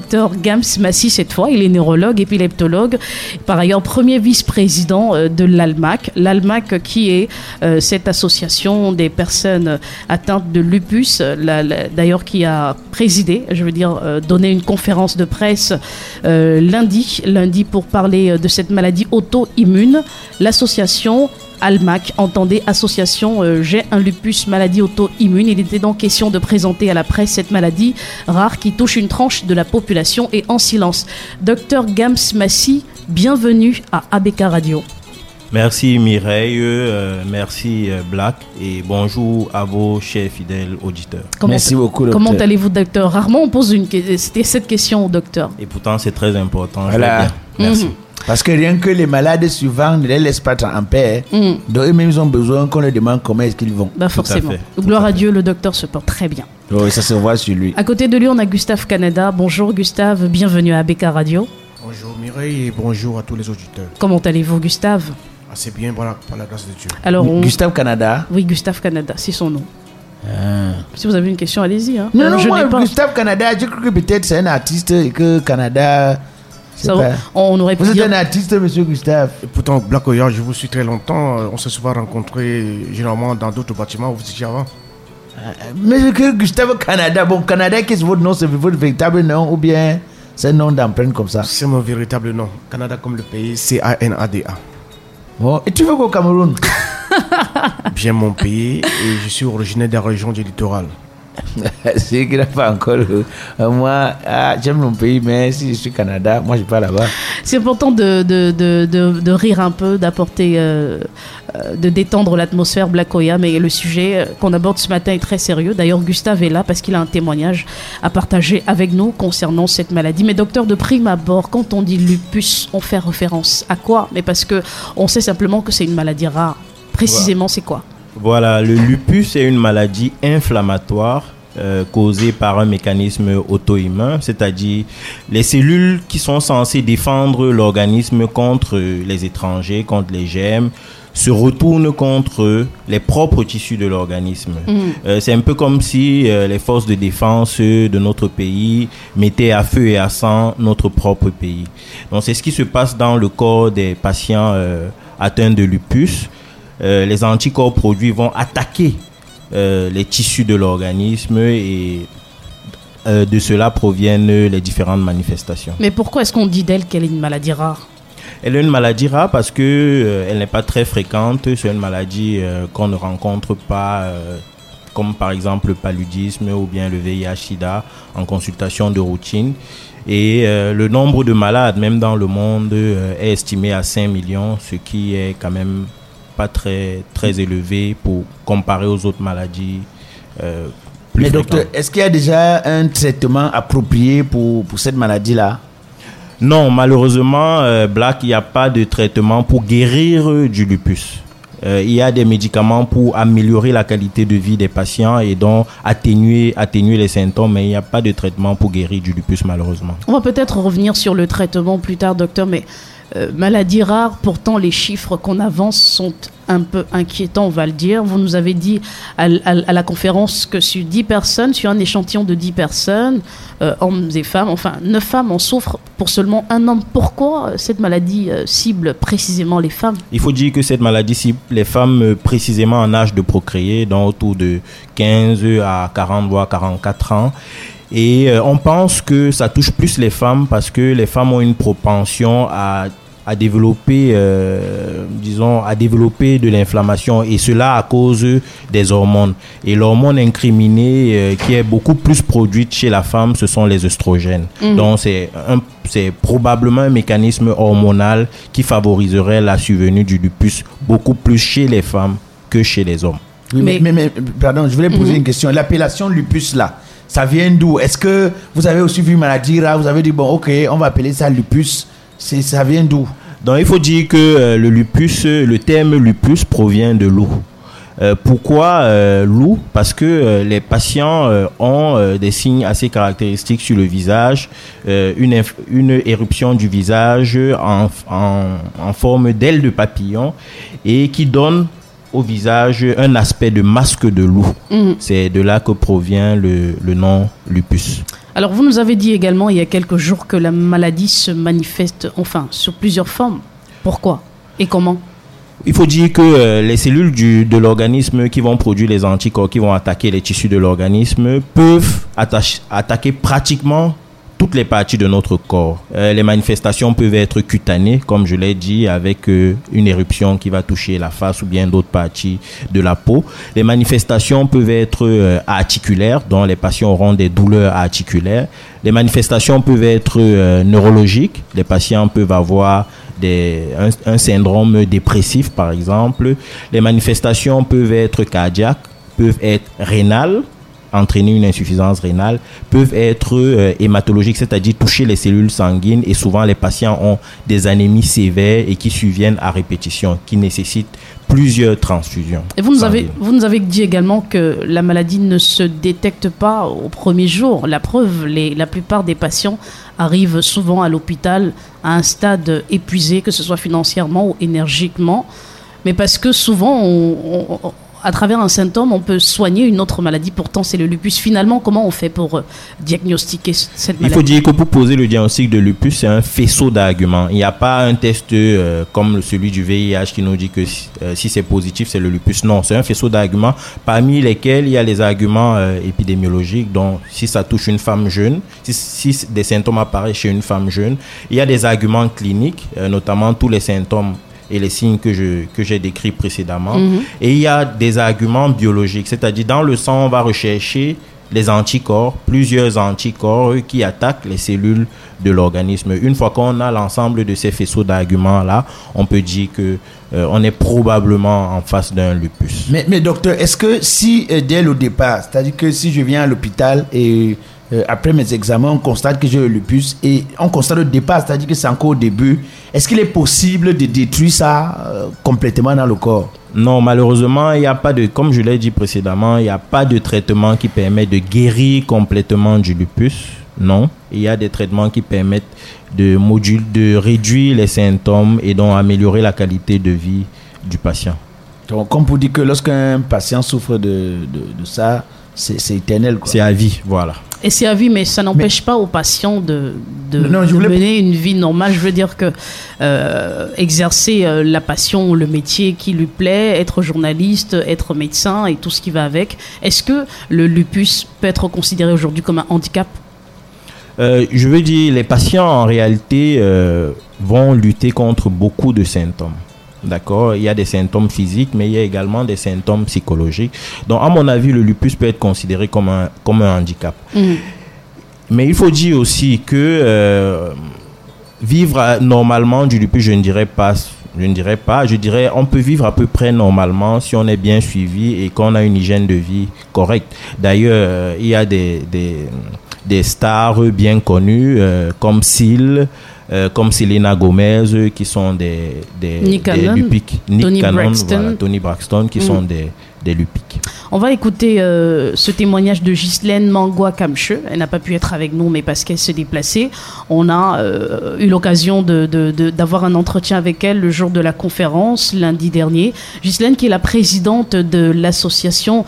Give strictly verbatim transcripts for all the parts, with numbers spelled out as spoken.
docteur Gams Massy cette fois. Il est neurologue, épileptologue, par ailleurs premier vice-président de l'ALMAC. L'ALMAC qui est euh, cette association des personnes atteintes de lupus, la, la, d'ailleurs qui a présidé, je veux dire, euh, donné une conférence de presse euh, lundi, lundi pour parler de cette maladie auto-immune. L'association ALMAC, entendez, association euh, J'ai un lupus, maladie auto-immune. Il était donc question de présenter à la presse cette maladie rare qui touche une tranche de la population et en silence. Docteur Gams Massy, bienvenue à A B K Radio. Merci Mireille, euh, merci euh, Black et bonjour à vos chers fidèles auditeurs. Comment merci beaucoup docteur. Comment allez-vous docteur? Rarement on pose une, c'était cette question au docteur. Et pourtant c'est très important. Voilà. Merci. Mm-hmm. Parce que rien que les malades suivants ne les laissent pas en paix. Mm. Donc eux-mêmes ils ont besoin qu'on leur demande comment est-ce qu'ils vont. Bah forcément. Gloire à, à Dieu, le docteur se porte très bien. Oui, ça se voit sur lui. À côté de lui, on a Gustave Canada. Bonjour Gustave, bienvenue à A B K Radio. Bonjour Mireille et bonjour à tous les auditeurs. Comment allez-vous Gustave? Assez bien, voilà, par la grâce de Dieu. Alors, on... Gustave Canada. Oui, Gustave Canada, c'est son nom. Ah. Si vous avez une question, allez-y. Hein. Non, non, je moi, n'ai pas... Gustave Canada, je crois que peut-être c'est un artiste et que Canada... Ça, on aurait pu vous êtes dire... un artiste, monsieur Gustave. Et pourtant, Black Oya, je vous suis très longtemps. On s'est souvent rencontrés, généralement, dans d'autres bâtiments où vous étiez avant. Mais que Gustave Canada, bon, Canada, qu'est-ce que votre nom? C'est votre véritable nom ou bien c'est un nom d'empreinte comme ça? C'est mon véritable nom. Canada comme le pays, C A N A D A. Oh, et tu veux qu'au Cameroun? Bien mon pays, et je suis originaire de la région du littoral. C'est qu'il n'a pas encore. Euh, moi, ah, j'aime mon pays, mais si je suis Canada, moi je ne suis pas là-bas. C'est important de, de, de, de, de rire un peu, d'apporter, euh, de détendre l'atmosphère Black Oya, mais le sujet qu'on aborde ce matin est très sérieux. D'ailleurs, Gustave est là parce qu'il a un témoignage à partager avec nous concernant cette maladie. Mais docteur, de prime abord, quand on dit lupus, on fait référence à quoi? Mais parce qu'on sait simplement que c'est une maladie rare. Précisément, c'est quoi? Voilà, le lupus est une maladie inflammatoire euh, causée par un mécanisme auto-immun, c'est-à-dire les cellules qui sont censées défendre l'organisme contre les étrangers, contre les germes, se retournent contre les propres tissus de l'organisme. Mmh. Euh, c'est un peu comme si euh, les forces de défense de notre pays mettaient à feu et à sang notre propre pays. Donc c'est ce qui se passe dans le corps des patients euh, atteints de lupus. Euh, les anticorps produits vont attaquer euh, les tissus de l'organisme et euh, de cela proviennent les différentes manifestations. Mais pourquoi est-ce qu'on dit d'elle qu'elle est une maladie rare? Elle est une maladie rare parce que euh, elle n'est pas très fréquente. C'est une maladie euh, qu'on ne rencontre pas, euh, comme par exemple le paludisme ou bien le V I H-Sida en consultation de routine. Et euh, le nombre de malades, même dans le monde, euh, est estimé à cinq millions, ce qui est quand même pas très, très élevé pour comparer aux autres maladies euh, plus Mais fréquentes. docteur, est-ce qu'il y a déjà un traitement approprié pour, pour cette maladie-là? Non, malheureusement, euh, Black, il n'y a pas de traitement pour guérir euh, du lupus. Euh, il y a des médicaments pour améliorer la qualité de vie des patients et donc atténuer, atténuer les symptômes, mais il n'y a pas de traitement pour guérir du lupus, malheureusement. On va peut-être revenir sur le traitement plus tard, docteur, mais euh, maladie rare, pourtant les chiffres qu'on avance sont un peu inquiétants, on va le dire. Vous nous avez dit à, à, à la conférence que sur dix personnes, sur un échantillon de dix personnes, euh, hommes et femmes, enfin neuf femmes en souffrent pour seulement un homme. Pourquoi cette maladie euh, cible précisément les femmes? Il faut dire que cette maladie cible les femmes euh, précisément en âge de procréer, donc autour de quinze à quarante voire quarante-quatre ans. Et euh, on pense que ça touche plus les femmes parce que les femmes ont une propension à à développer, euh, disons, à développer de l'inflammation, et cela à cause des hormones. Et l'hormone incriminée euh, qui est beaucoup plus produite chez la femme, ce sont les œstrogènes. Mmh. Donc c'est un, c'est probablement un mécanisme hormonal qui favoriserait la survenue du lupus beaucoup plus chez les femmes que chez les hommes. Oui, mais, mais, mais, pardon, je voulais poser mmh. une question. L'appellation lupus là, ça vient d'où? Est-ce que vous avez aussi vu une maladie rare, vous avez dit bon ok, on va appeler ça lupus? C'est, ça vient d'où? Donc il faut dire que euh, le lupus, le terme lupus provient de loup. Euh, pourquoi euh, loup? Parce que euh, les patients euh, ont euh, des signes assez caractéristiques sur le visage, euh, une, inf- une éruption du visage en, en, en forme d'aile de papillon et qui donne au visage un aspect de masque de loup. Mmh. C'est de là que provient le, le nom lupus. Alors, vous nous avez dit également il y a quelques jours que la maladie se manifeste, enfin, sous plusieurs formes. Pourquoi et comment? Il faut dire que euh, les cellules du, de l'organisme qui vont produire les anticorps, qui vont attaquer les tissus de l'organisme, peuvent attache, attaquer pratiquement toutes les parties de notre corps. Euh, les manifestations peuvent être cutanées, comme je l'ai dit, avec euh, une éruption qui va toucher la face ou bien d'autres parties de la peau. Les manifestations peuvent être euh, articulaires, dont les patients auront des douleurs articulaires. Les manifestations peuvent être euh, neurologiques. Les patients peuvent avoir des, un, un syndrome dépressif, par exemple. Les manifestations peuvent être cardiaques, peuvent être rénales, entraîner une insuffisance rénale, peuvent être euh, hématologiques, c'est-à-dire toucher les cellules sanguines, et souvent les patients ont des anémies sévères et qui surviennent à répétition, qui nécessitent plusieurs transfusions. Et vous nous, avez, vous nous avez dit également que la maladie ne se détecte pas au premier jour. La preuve, les, la plupart des patients arrivent souvent à l'hôpital à un stade épuisé, que ce soit financièrement ou énergiquement, mais parce que souvent on, on à travers un symptôme, on peut soigner une autre maladie. Pourtant, c'est le lupus. Finalement, comment on fait pour euh, diagnostiquer cette maladie? Il faut dire que pour poser le diagnostic de lupus, c'est un faisceau d'arguments. Il n'y a pas un test euh, comme celui du V I H qui nous dit que euh, si c'est positif, c'est le lupus. Non, c'est un faisceau d'arguments parmi lesquels il y a les arguments euh, épidémiologiques. Donc, si ça touche une femme jeune, si, si des symptômes apparaissent chez une femme jeune, il y a des arguments cliniques, euh, notamment tous les symptômes et les signes que je que j'ai décrits précédemment. Mm-hmm. Et il y a des arguments biologiques, c'est-à-dire dans le sang, on va rechercher les anticorps, plusieurs anticorps qui attaquent les cellules de l'organisme. Une fois qu'on a l'ensemble de ces faisceaux d'arguments-là, on peut dire que euh, on est probablement en face d'un lupus. Mais, mais docteur, est-ce que si euh, dès le départ, c'est-à-dire que si je viens à l'hôpital et Euh, après mes examens, on constate que j'ai le lupus et on constate le départ, c'est-à-dire que c'est encore au début. Est-ce qu'il est possible de détruire ça euh, complètement dans le corps? Non, malheureusement, il n'y a pas de, comme je l'ai dit précédemment, il n'y a pas de traitement qui permet de guérir complètement du lupus. Non, il y a des traitements qui permettent de moduler, de réduire les symptômes et donc améliorer la qualité de vie du patient. Donc, comme vous dites que lorsqu'un patient souffre de, de, de ça, c'est, c'est éternel, quoi. C'est à vie, voilà. Et c'est à vie, mais ça n'empêche mais, pas aux patients de, de, non, de mener une vie normale. Je veux dire que euh, exercer euh, la passion ou le métier qui lui plaît, être journaliste, être médecin et tout ce qui va avec. Est-ce que le lupus peut être considéré aujourd'hui comme un handicap? euh, Je veux dire, les patients en réalité euh, vont lutter contre beaucoup de symptômes. D'accord, il y a des symptômes physiques, mais il y a également des symptômes psychologiques. Donc, à mon avis, le lupus peut être considéré comme un, comme un handicap. Mmh. Mais il faut dire aussi que euh, vivre à, normalement du lupus, je ne dirais pas, je ne dirais pas, je dirais on peut vivre à peu près normalement si on est bien suivi et qu'on a une hygiène de vie correcte. D'ailleurs, euh, il y a des, des, des stars bien connues euh, comme Seal, Euh, comme Selena Gomez, euh, qui sont des, des, Nick des Cannon, lupiques. Nick Tony Cannon, Braxton. Voilà, Tony Braxton, qui mmh. sont des, des lupiques. On va écouter euh, ce témoignage de Ghislaine Mangwa Kamche. Elle n'a pas pu être avec nous, mais parce qu'elle s'est déplacée. On a euh, eu l'occasion de, de, de, d'avoir un entretien avec elle le jour de la conférence, lundi dernier. Ghislaine, qui est la présidente de l'association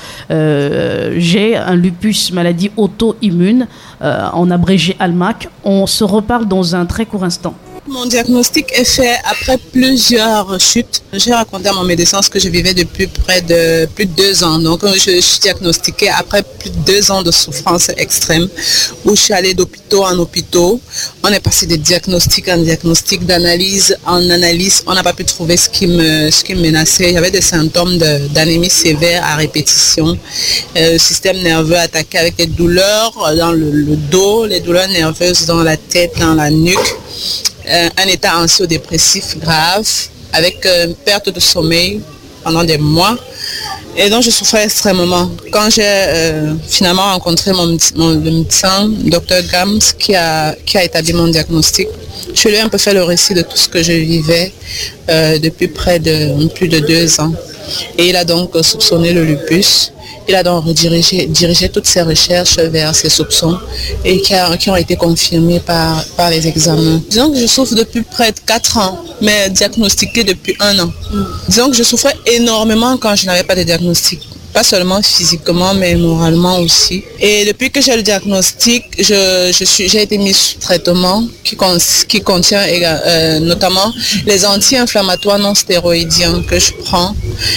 euh, J'ai un lupus, maladie auto-immune, euh, en abrégé ALMAC. On se reparle dans un très court instant. Mon diagnostic est fait après plusieurs chutes. J'ai raconté à mon médecin ce que je vivais depuis près de plus de deux ans. Donc, je, je suis diagnostiquée après plus de deux ans de souffrance extrême, où je suis allée d'hôpitaux en hôpitaux. On est passé de diagnostic en diagnostic, d'analyse en analyse. On n'a pas pu trouver ce qui me, ce qui me menaçait. Il y avait des symptômes de, d'anémie sévère à répétition. Euh, le système nerveux attaqué avec des douleurs dans le, le dos, les douleurs nerveuses dans la tête, dans la nuque. Euh, un état anxio-dépressif grave, avec euh, une perte de sommeil pendant des mois. Et donc je souffrais extrêmement. Quand j'ai euh, finalement rencontré mon, mon, le médecin, docteur Gams, qui a, qui a établi mon diagnostic, je lui ai un peu fait le récit de tout ce que je vivais euh, depuis près de plus de deux ans. Et il a donc soupçonné le lupus. Il a donc redirigé dirigé toutes ses recherches vers ses soupçons et qui, a, qui ont été confirmés par, par les examens. Disons que je souffre depuis près de quatre ans, mais diagnostiqué depuis un an. Mm. Disons que je souffrais énormément quand je n'avais pas de diagnostic. pas seulement physiquement, mais moralement aussi. Et depuis que j'ai le diagnostic, je, je suis, j'ai été mise sous traitement qui, con, qui contient euh, notamment les anti-inflammatoires non stéroïdiens que je prends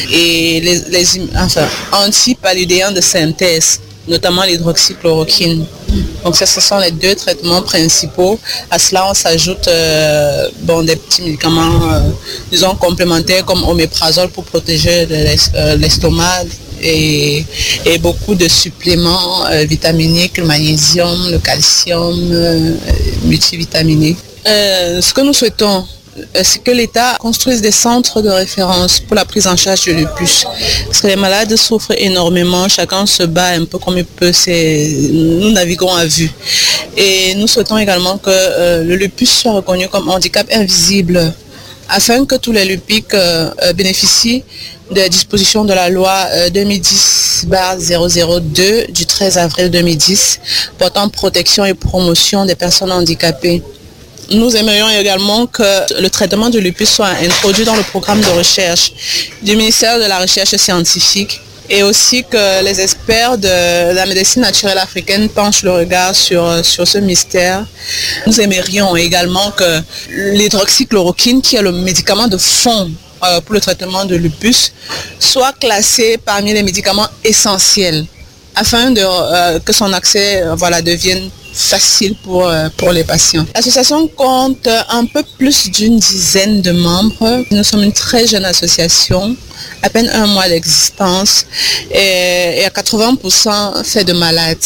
et les, les enfin, antipaludéens de synthèse, notamment l'hydroxychloroquine. Donc ça, ce sont les deux traitements principaux. À cela, on s'ajoute euh, bon, des petits médicaments, euh, disons, complémentaires comme oméprazole pour protéger l'estomac et, et beaucoup de suppléments euh, vitaminiques, le magnésium, le calcium, euh, multivitaminés. Euh, ce que nous souhaitons, c'est que l'État construise des centres de référence pour la prise en charge du lupus. Parce que les malades souffrent énormément, chacun se bat un peu comme il peut, c'est... nous naviguons à vue. Et nous souhaitons également que euh, le lupus soit reconnu comme handicap invisible, afin que tous les lupiques euh, bénéficient des dispositions de la loi euh, deux mille dix zéro zéro deux du treize avril deux mille dix portant protection et promotion des personnes handicapées. Nous aimerions également que le traitement du lupus soit introduit dans le programme de recherche du ministère de la Recherche scientifique et aussi que les experts de la médecine naturelle africaine penchent le regard sur, sur ce mystère. Nous aimerions également que l'hydroxychloroquine, qui est le médicament de fond euh, pour le traitement de lupus, soit classé parmi les médicaments essentiels afin de, euh, que son accès euh, voilà, devienne facile pour, euh, pour les patients. L'association compte un peu plus d'une dizaine de membres. Nous sommes une très jeune association, à peine un mois d'existence et, et à quatre-vingts pour cent fait de malades.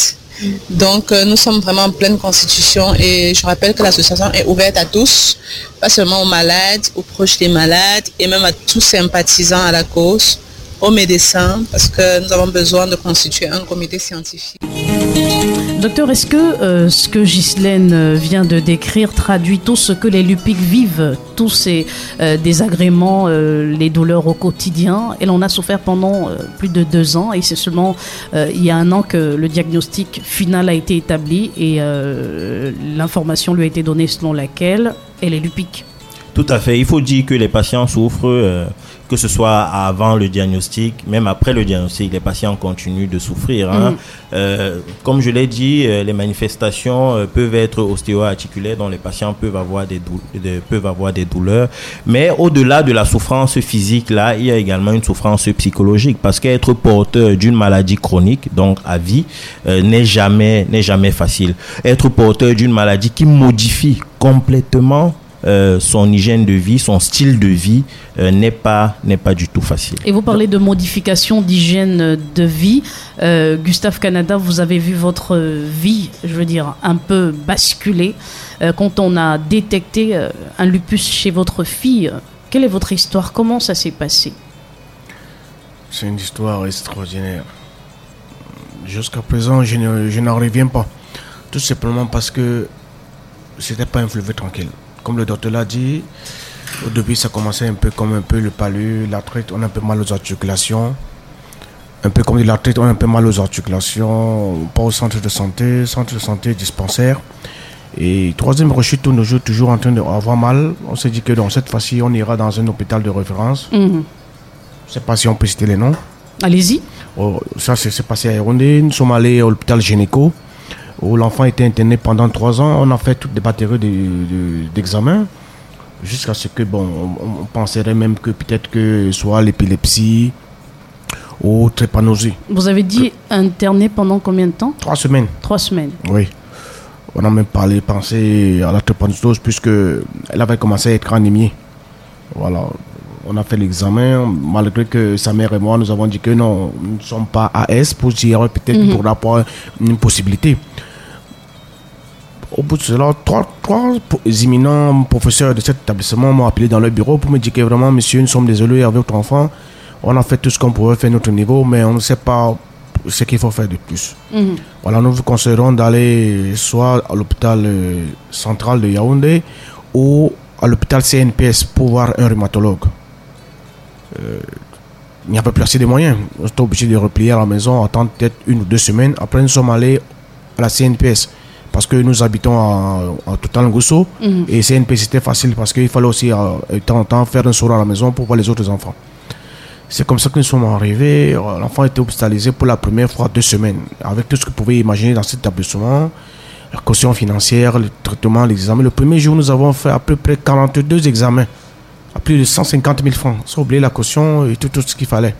Donc euh, nous sommes vraiment en pleine constitution et je rappelle que l'association est ouverte à tous, pas seulement aux malades, aux proches des malades et même à tous sympathisants à la cause, aux médecins, parce que nous avons besoin de constituer un comité scientifique. Docteur, est-ce que euh, ce que Ghislaine vient de décrire traduit tout ce que les lupiques vivent, tous ces euh, désagréments, euh, les douleurs au quotidien? Elle en a souffert pendant euh, plus de deux ans et c'est seulement euh, il y a un an que le diagnostic final a été établi et euh, l'information lui a été donnée selon laquelle elle est lupique. Tout à fait. Il faut dire que les patients souffrent, euh, que ce soit avant le diagnostic, même après le diagnostic, les patients continuent de souffrir. Hein. Mmh. Euh, comme je l'ai dit, euh, les manifestations euh, peuvent être ostéo-articulaires, dont les patients peuvent avoir des dou- de, peuvent avoir des douleurs. Mais au-delà de la souffrance physique, là, il y a également une souffrance psychologique, parce qu'être porteur d'une maladie chronique, donc à vie, euh, n'est jamais, n'est jamais facile. Être porteur d'une maladie qui modifie complètement Euh, son hygiène de vie, son style de vie euh, n'est pas n'est pas du tout facile. Et vous parlez de modification d'hygiène de vie. Euh, Gustave Canada, vous avez vu votre vie, je veux dire, un peu basculer euh, quand on a détecté euh, un lupus chez votre fille. Quelle est votre histoire? Comment ça s'est passé? C'est une histoire extraordinaire. Jusqu'à présent, je, ne, je n'en reviens pas. Tout simplement parce que c'était pas un fleuve tranquille. Comme le docteur l'a dit, au début ça commençait un peu comme un peu le palud, l'arthrite, on a un peu mal aux articulations. Un peu comme de l'arthrite, on a un peu mal aux articulations, pas au centre de santé, centre de santé, dispensaire. Et troisième rechute, on est toujours en train d'avoir mal. On s'est dit que dans cette fois-ci, on ira dans un hôpital de référence. Mmh. Je ne sais pas si on peut citer les noms. Allez-y. Oh, ça, c'est, c'est passé à Yaoundé. Nous sommes allés à l'hôpital Généco, où l'enfant était interné pendant trois ans. On a fait toutes les batteries de, de, d'examen, jusqu'à ce que, bon, on, on penserait même que peut-être que soit l'épilepsie ou trépanosie. Vous avez dit que... interné pendant combien de temps? Trois semaines. Trois semaines. Oui. On a même parlé, pensé à la trépanose, puisque elle avait commencé à être anémiée. Voilà. On a fait l'examen, malgré que sa mère et moi, nous avons dit que non, nous ne sommes pas A S, pour dire peut-être mm-hmm. pour avoir une possibilité. Au bout de cela, trois, trois éminents professeurs de cet établissement m'ont appelé dans leur bureau pour me dire que vraiment, monsieur, nous sommes désolés avec votre enfant. On a fait tout ce qu'on pouvait faire à notre niveau, mais on ne sait pas ce qu'il faut faire de plus. Mm-hmm. Voilà, nous vous conseillerons d'aller soit à l'hôpital euh, central de Yaoundé ou à l'hôpital C N P S pour voir un rhumatologue. Euh, il n'y a pas plus assez de moyens. On était obligé de replier à la maison, attendre peut-être une ou deux semaines. Après, nous sommes allés à la C N P S parce que nous habitons à, à Total Ngusso. Mm-hmm. Et C N P S c'était facile parce qu'il fallait aussi euh, de temps en temps faire un saut à la maison pour voir les autres enfants. C'est comme ça que nous sommes arrivés. L'enfant était hospitalisé pour la première fois deux semaines, avec tout ce que vous pouvez imaginer dans cet établissement. La caution financière, le traitement, l'examen. Le premier jour, nous avons fait à peu près quarante-deux examens, à plus de cent cinquante mille francs, sans oublier la caution et tout, tout ce qu'il fallait.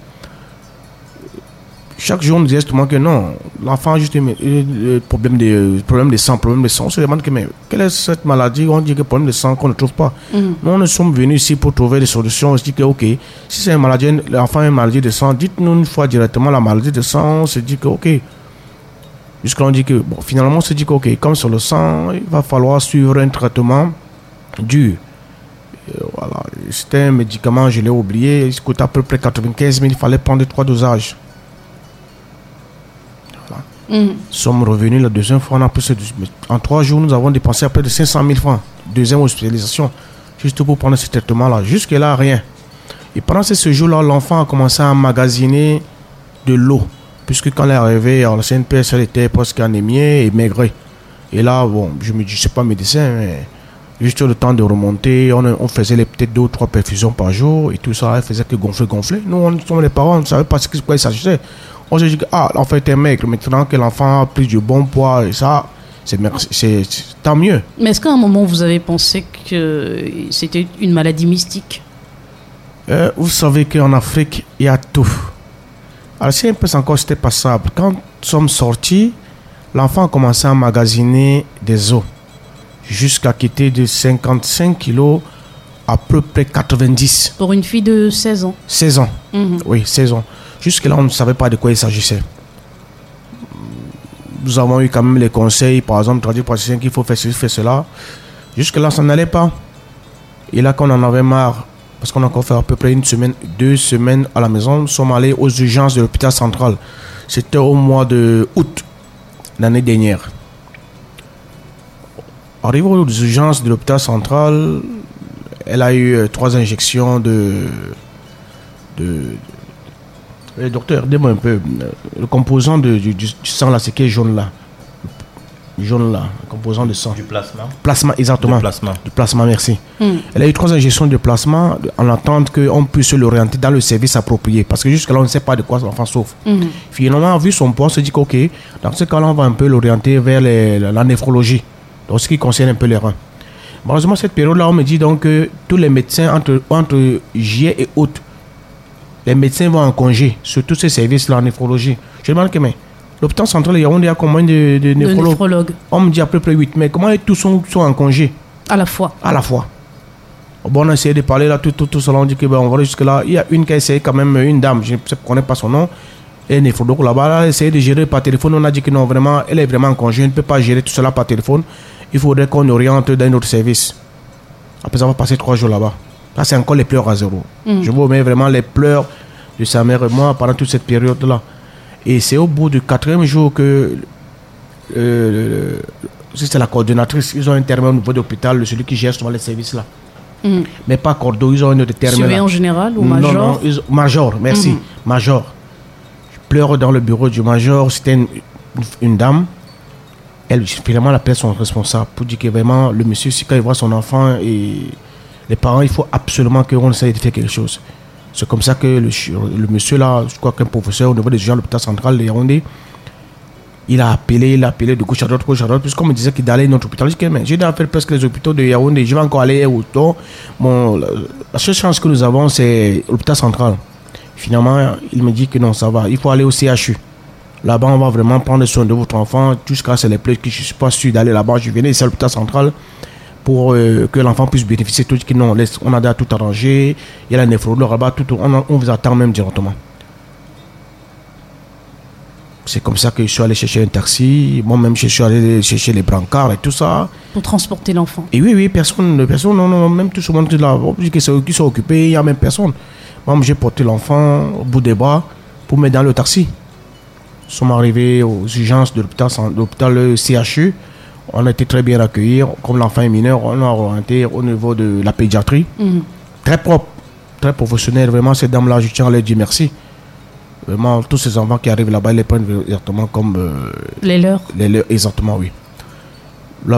Chaque jour, on nous disait justement que non, l'enfant a juste un problème de, problème de sang, problème de sang. On se demande que, mais quelle est cette maladie? On dit que problème de sang qu'on ne trouve pas. Mm. Nous, nous sommes venus ici pour trouver des solutions. On se dit que, ok, si c'est une maladie, l'enfant a une maladie de sang, dites-nous une fois directement la maladie de sang. On se dit que, ok. Jusqu'à on dit que, bon, finalement, on se dit que, ok, comme sur le sang, il va falloir suivre un traitement dur. Et voilà. C'était un médicament, je l'ai oublié, il coûtait à peu près quatre-vingt-quinze mille, il fallait prendre trois dosages. Voilà. Mm. Nous sommes revenus la deuxième fois, on a plus de, en trois jours, nous avons dépensé à peu de cinq cent mille francs. Deuxième hospitalisation, juste pour prendre ce traitement-là. Jusque-là, rien. Et pendant ce séjour-là, l'enfant a commencé à emmagasiner de l'eau. Puisque quand elle est arrivée, alors, la C N P S, elle était presque anémiée et maigrée. Et là, bon, je me dis, je ne suis pas médecin, mais juste le temps de remonter, on, on faisait les, peut-être deux ou trois perfusions par jour et tout ça, elle faisait que gonfler, gonfler. Nous, on sommes les parents, on ne savait pas ce qu'il s'agissait. On se dit que, ah, l'enfant était maigre, maintenant que l'enfant a pris du bon poids et ça, c'est, c'est, c'est tant mieux. Mais est-ce qu'à un moment, vous avez pensé que c'était une maladie mystique? euh, Vous savez qu'en Afrique, il y a tout. Alors, si un peu encore c'était passable, quand nous sommes sortis, l'enfant a commencé à emmagasiner des os jusqu'à quitter de cinquante-cinq kilos à peu près quatre-vingt-dix. Pour une fille de seize ans. seize ans, mm-hmm. Oui, seize ans. Jusque-là, on ne savait pas de quoi il s'agissait. Nous avons eu quand même les conseils, par exemple, tradipraticiens qu'il faut faire ceci, faire cela. Jusque-là, ça n'allait pas. Et là, quand on en avait marre, parce qu'on a encore fait à peu près une semaine, deux semaines à la maison, nous sommes allés aux urgences de l'hôpital central. C'était au mois de août, l'année dernière. Arrivé aux urgences de l'hôpital central, elle a eu euh, trois injections de... de le docteur, dis-moi un peu, le composant de, du, du sang là, c'est qui est jaune là? Jaune là, le composant de sang. Du plasma. Plasma, exactement. Du plasma. Du plasma, merci. Mm. Elle a eu trois injections de plasma en attente qu'on puisse l'orienter dans le service approprié. Parce que jusque-là, on ne sait pas de quoi l'enfant souffre. Mm. Finalement, vu son poids, on se dit qu'ok, dans ce cas-là, on va un peu l'orienter vers les, la, la néphrologie. Donc, ce qui concerne un peu les reins. Malheureusement, cette période-là, on me dit donc que tous les médecins entre, entre juillet et août, les médecins vont en congé sur tous ces services-là en néphrologie. Je demande que, mais l'hôpital central de Yaoundé a combien de, de, néphrologues? de néphrologues On me dit à peu près huit. Mais comment tous sont, sont en congé? À la fois. À la fois. Bon, on a essayé de parler là, tout, tout, tout cela. On dit que ben, on va jusque-là. Il y a une qui a essayé quand même, une dame, je ne connais pas son nom, elle est néphrologue là-bas, elle a essayé de gérer par téléphone. On a dit que non, vraiment, elle est vraiment en congé, elle ne peut pas gérer tout cela par téléphone. Il faudrait qu'on oriente dans notre service. Après avoir passé trois jours là-bas. Là, c'est encore les pleurs à zéro. Mm. Je vous remets vraiment les pleurs de sa mère et moi pendant toute cette période-là. Et c'est au bout du quatrième jour que euh, c'est la coordonnatrice, ils ont un terme au niveau de l'hôpital, celui qui gère souvent les services là. Mm. Mais pas cordeau, ils ont un autre terme. Surveillant général ou major? Non, non, ils, major, merci, mm. major. Je pleure dans le bureau du major, c'était une, une dame. Elle, finalement, elle appelle son responsable pour dire que vraiment, le monsieur, si quand il voit son enfant et les parents, il faut absolument qu'on essaye de faire quelque chose. C'est comme ça que le, le monsieur là, je crois qu'un professeur au niveau des gens de l'hôpital central de Yaoundé, il a appelé, il a appelé de gauche à droite, gauche à droite, puisqu'on me disait qu'il allait dans notre hôpital. Je dis que j'ai déjà fait presque les hôpitaux de Yaoundé, je vais encore aller au temps. Bon, la, la seule chance que nous avons, c'est l'hôpital central. Finalement, il me dit que non, ça va, il faut aller au C H U. Là-bas, on va vraiment prendre soin de votre enfant, jusqu'à ce les plaies que je ne suis pas sûr d'aller là-bas. Je venais ici à l'hôpital central pour euh, que l'enfant puisse bénéficier. Tout que non, laisse, on a déjà tout arrangé. Il y a la néphrologue là-bas, tout, on, on vous attend même directement. C'est comme ça que je suis allé chercher un taxi. Moi-même, je suis allé chercher les brancards et tout ça. Pour transporter l'enfant. Et oui, oui, personne, personne non, non, même tout ce monde là, qui sont, qui sont occupés, il n'y a même personne. Moi, j'ai porté l'enfant au bout des bras pour mettre dans le taxi. Nous sommes arrivés aux urgences de l'hôpital, de l'hôpital C H U. On a été très bien accueillis. Comme l'enfant est mineur, on a orienté au niveau de la pédiatrie. Mmh. Très propre, très professionnel. Vraiment, ces dames-là, je tiens à leur dire merci. Vraiment, tous ces enfants qui arrivent là-bas, ils les prennent exactement comme... Euh, les leurs. Les leurs, exactement, oui.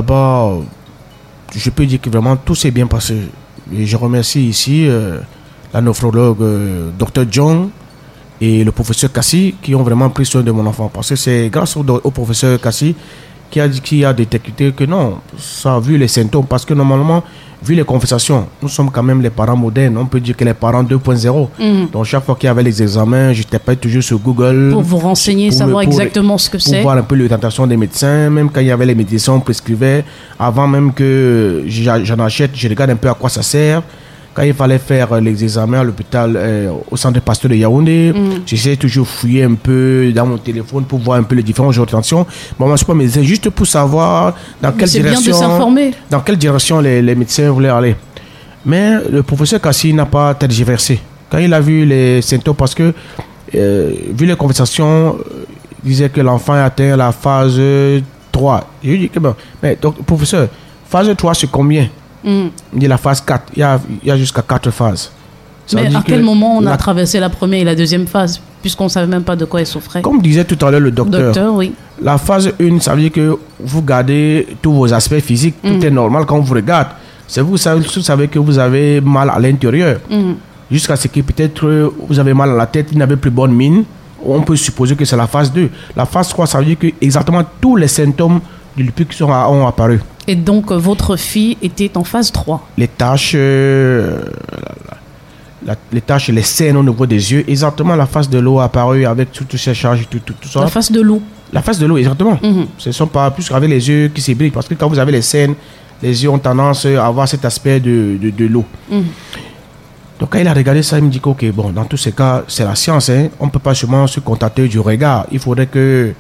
Là-bas, je peux dire que vraiment, tout s'est bien passé. Et je remercie ici euh, la néphrologue euh, docteur John et le professeur Kassi qui ont vraiment pris soin de mon enfant. Parce que c'est grâce au, au professeur Kassi qui a, qui a détecté que non, ça a vu les symptômes. Parce que normalement, vu les conversations, nous sommes quand même les parents modernes. On peut dire que les parents deux point zéro. Mm. Donc chaque fois qu'il y avait les examens, je tapais toujours sur Google. Pour vous renseigner, pour savoir me, pour, exactement ce que pour c'est. Pour voir un peu l'orientation des médecins. Même quand il y avait les médicaments, on prescrivait. Avant même que j'en achète, je regarde un peu à quoi ça sert. Quand il fallait faire les examens à l'hôpital, euh, au centre Pasteur de Yaoundé, mm. j'essayais toujours de fouiller un peu dans mon téléphone pour voir un peu les différentes orientations. Bon, moi, je ne suis pas médecin, juste pour savoir dans quelle c'est direction, bien de s'informer. Dans quelle direction les, les médecins voulaient aller. Mais le professeur Kassi n'a pas tergiversé. Quand il a vu les symptômes, parce que, euh, vu les conversations, il disait que l'enfant a atteint la phase trois. Je lui ai dit que bon, mais donc, professeur, phase trois, c'est combien? Mm. Il dit la phase quatre. Il y a, il y a jusqu'à quatre phases. Ça Mais à quel moment on la... a traversé la première et la deuxième phase, puisqu'on ne savait même pas de quoi il souffrait? Comme disait tout à l'heure le docteur, docteur oui. La phase un, ça veut dire que vous gardez tous vos aspects physiques. Mm. Tout est normal quand on vous regarde. C'est vous, vous savez que vous avez mal à l'intérieur. Mm. Jusqu'à ce que peut-être vous avez mal à la tête, vous n'avez plus bonne mine. On peut supposer que c'est la phase deux. La phase trois, ça veut dire que exactement tous les symptômes du lupus qui sont, ont apparu. Et donc, euh, votre fille était en phase trois. Les taches, euh, la, la, les taches, les scènes au niveau des yeux, exactement la face de l'eau apparue avec toutes ces charges, tout, tout, tout ça. La face de l'eau. La face de l'eau, exactement. Mm-hmm. Ce ne sont pas plus avec les yeux qui s'ébrilent, parce que quand vous avez les scènes, les yeux ont tendance à avoir cet aspect de, de, de l'eau. Mm-hmm. Donc, quand il a regardé ça, il me dit que, ok, bon, dans tous ces cas, c'est la science, hein, on ne peut pas seulement se contenter du regard. Il faudrait que.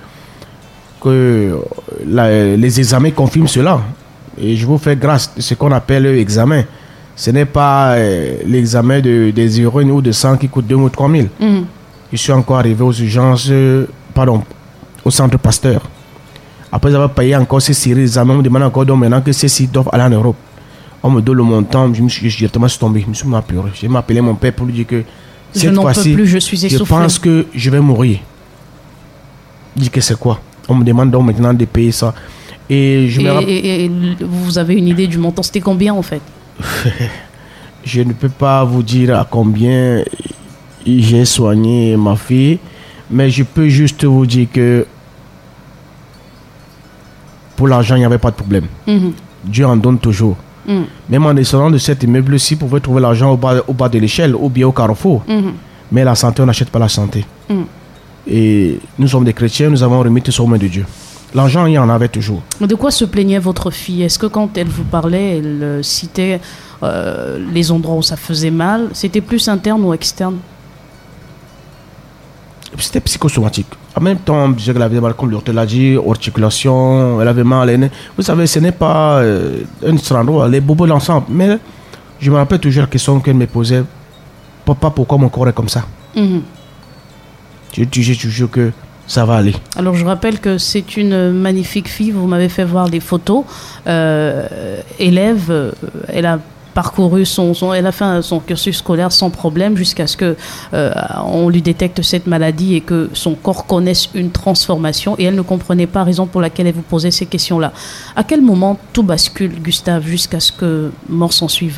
que la, les examens confirment cela. Et je vous fais grâce de ce qu'on appelle examen. Ce n'est pas euh, l'examen de, des urines ou de sang qui coûte deux ou trois mille. Mm. Je suis encore arrivé aux urgences, euh, pardon, au centre Pasteur. Après avoir payé encore ces séries d'examens, on me demande encore donc maintenant que ceux-ci doivent aller en Europe. On me donne le montant, je me suis directement tombé, je me suis mis à pleurer. J'ai appelé mon père pour lui dire que cette fois-ci, je, je pense que je vais mourir. Il dit que c'est quoi? On me demande donc maintenant de payer ça. Et, je et, me rapp... et, et vous avez une idée du montant? C'était combien en fait? Je ne peux pas vous dire à combien j'ai soigné ma fille, mais je peux juste vous dire que pour l'argent, il n'y avait pas de problème. Mm-hmm. Dieu en donne toujours. Mm. Même en descendant de cet immeuble-ci, vous pouvez trouver l'argent au bas, au bas de l'échelle ou bien au carrefour. Mm-hmm. Mais la santé, on n'achète pas la santé. Mm. Et nous sommes des chrétiens, nous avons remis tout ça aux mains de Dieu. L'argent, il y en avait toujours. De quoi se plaignait votre fille? Est-ce que quand elle vous parlait, elle euh, citait euh, les endroits où ça faisait mal? C'était plus interne ou externe? C'était psychosomatique. En même temps, elle avait mal, comme le docteur l'a dit, articulation, elle avait mal. Elle... Vous savez, ce n'est pas euh, un seul endroit, les bobos l'ensemble. Mais je me rappelle toujours la question qu'elle me posait. Papa, pourquoi mon corps est comme ça? Mm-hmm. Je disais toujours que ça va aller. Alors je rappelle que c'est une magnifique fille, vous m'avez fait voir les photos. Euh, élève, euh, elle a parcouru son, son, elle a fait son cursus scolaire sans problème jusqu'à ce que euh, on lui détecte cette maladie et que son corps connaisse une transformation. Et elle ne comprenait pas la raison pour laquelle elle vous posait ces questions-là. À quel moment tout bascule, Gustave, jusqu'à ce que mort s'en suive?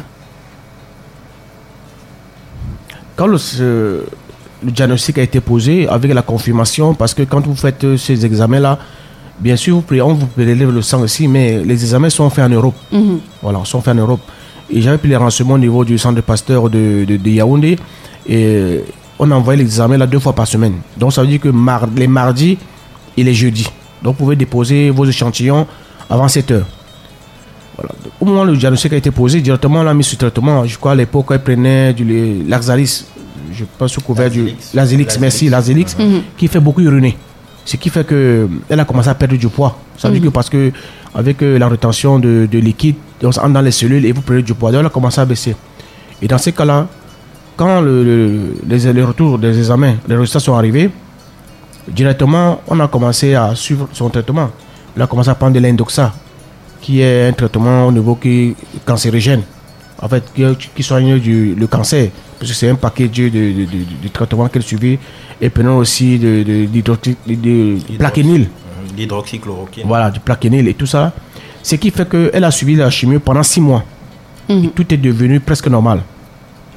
Quand le... Euh... Le diagnostic a été posé avec la confirmation, parce que quand vous faites ces examens-là, bien sûr, vous, on vous prélève le sang aussi, mais les examens sont faits en Europe. Mm-hmm. Voilà, sont faits en Europe. Et j'avais pris les renseignements au niveau du centre Pasteur de, de, de Yaoundé, et on envoyait les examens là deux fois par semaine. Donc ça veut dire que mar- les mardis et les jeudis. Donc vous pouvez déposer vos échantillons avant sept heures. Voilà. Au moment où le diagnostic a été posé, directement on l'a mis sous traitement. Je crois à l'époque, elle prenait du Laxalis. Je pense au couvert du Lazélix, merci, Lazélix, mm-hmm. qui fait beaucoup uriner. Ce qui fait qu'elle a commencé à perdre du poids. Ça veut mm-hmm. dire que parce que avec euh, la rétention de, de liquide, on entre dans les cellules et vous prenez du poids. Donc elle a commencé à baisser. Et dans ces cas-là, quand le, le, les, les retours des examens, les résultats sont arrivés, directement, on a commencé à suivre son traitement. Elle a commencé à prendre de l'indoxa, qui est un traitement au niveau qui, cancérigène. En fait, qui, qui soigne du, le cancer. Parce que c'est un paquet de, de, de, de, de traitements qu'elle suivait. Et prenant aussi de, de, de, de, de plaquenil. L'hydroxychloroquine. Voilà, du plaquenil et tout ça. Ce qui fait qu'elle a suivi la chimio pendant six mois. Mm-hmm. Et tout est devenu presque normal.